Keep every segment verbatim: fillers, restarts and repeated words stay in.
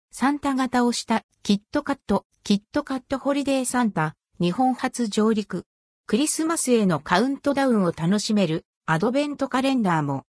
サンタ型をしたキットカット、キットカットホリデーサンタ、日本初上陸。クリスマスへのカウントダウンを楽しめるアドベントカレンダーも。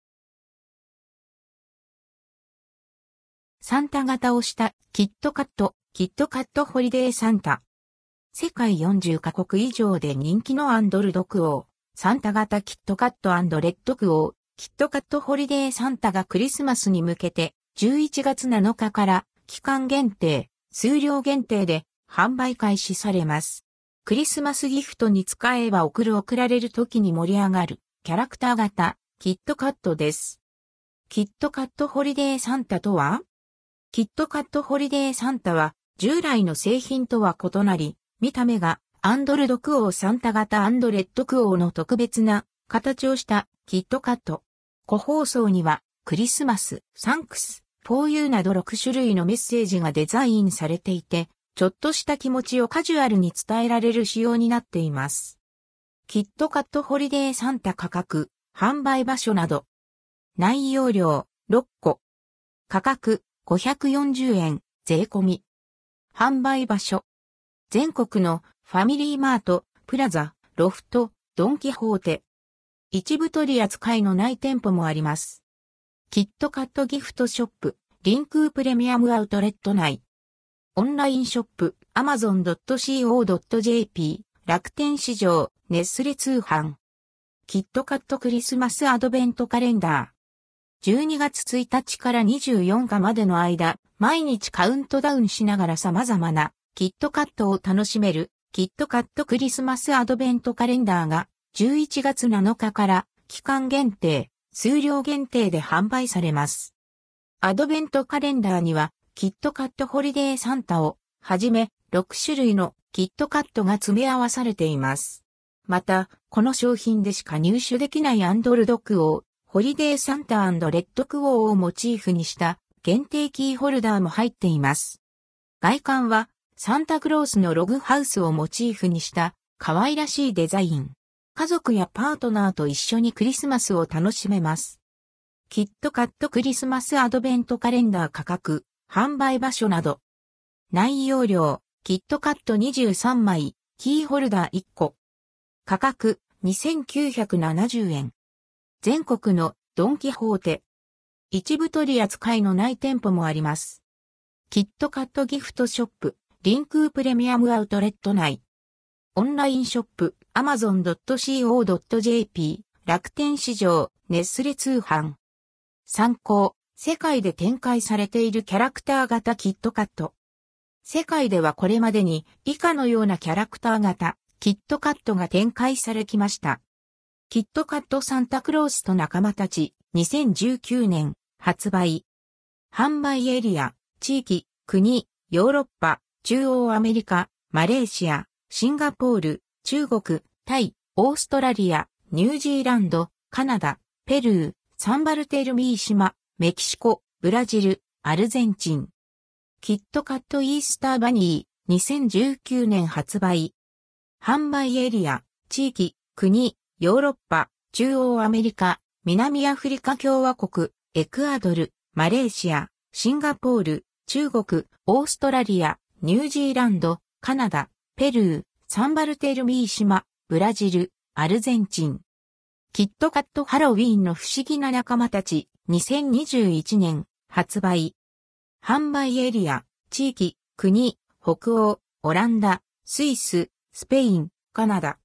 サンタ型をしたキットカット、キットカットホリデーサンタ。世界よんじゅっカ国以上で人気のアンドルドクオー。サンタ型キットカット&レッドクオー。キットカットホリデーサンタがクリスマスに向けてじゅういちがつなのかから期間限定、数量限定で販売開始されます。クリスマスギフトに使えば送る送られる時に盛り上がるキャラクター型キットカットです。キットカットホリデーサンタとは？キットカットホリデーサンタは従来の製品とは異なり、見た目がアンドルドクオーサンタ型&レッドクオーの特別な形をしたキットカット。個包装にはクリスマス、サンクス、フォーユーなどろくしゅるいのメッセージがデザインされていて、ちょっとした気持ちをカジュアルに伝えられる仕様になっています。キットカットホリデーサンタ価格、販売場所など。内容量ろっこ。価格ごひゃくよんじゅうえん、税込み。販売場所。全国のファミリーマート、プラザ、ロフト、ドンキホーテ。一部取り扱いのない店舗もあります。キットカットギフトショップ、リンクープレミアムアウトレット内。オンラインショップ、アマゾンドットシーオードットジェーピー、楽天市場、ネスレ通販。キットカットクリスマスアドベントカレンダー。じゅうにがつついたちからにじゅうよっかまでの間、毎日カウントダウンしながら様々なキットカットを楽しめる、キットカットクリスマスアドベントカレンダーが、じゅういちがつなのかから期間限定、数量限定で販売されます。アドベントカレンダーには、キットカットホリデーサンタをはじめろくしゅるいのキットカットが詰め合わされています。また、この商品でしか入手できないアンドルドクオー、ホリデーサンタ&レッドクオーをモチーフにした限定キーホルダーも入っています。外観はサンタクロースのログハウスをモチーフにした可愛らしいデザイン。家族やパートナーと一緒にクリスマスを楽しめます。キットカットクリスマスアドベントカレンダー価格、販売場所など。内容量、キットカットにじゅうさんまい、キーホルダーいっこ。価格、にせんきゅうひゃくななじゅうえん。全国のドンキホーテ。一部取り扱いのない店舗もあります。キットカットギフトショップ、リンクープレミアムアウトレット内。オンラインショップ、アマゾンドットシーオードットジェーピー、楽天市場、ネスレ通販。参考、世界で展開されているキャラクター型キットカット。世界ではこれまでに以下のようなキャラクター型キットカットが展開されきました。キットカットサンタクロースと仲間たち、にせんじゅうきゅうねん、発売。販売エリア、地域、国、ヨーロッパ、中央アメリカ、マレーシア、シンガポール、中国、タイ、オーストラリア、ニュージーランド、カナダ、ペルー、サンバルテルミー島、メキシコ、ブラジル、アルゼンチン。キットカットイースターバニー、にせんじゅうきゅうねん発売。販売エリア、地域、国、ヨーロッパ、中央アメリカ、南アフリカ共和国、エクアドル、マレーシア、シンガポール、中国、オーストラリア、ニュージーランド、カナダ、ペルー、サンバルテルミー島、ブラジル、アルゼンチン。キットカットハロウィーンの不思議な仲間たち、にせんにじゅういちねん、発売。販売エリア、地域、国、北欧、オランダ、スイス、スペイン、カナダ。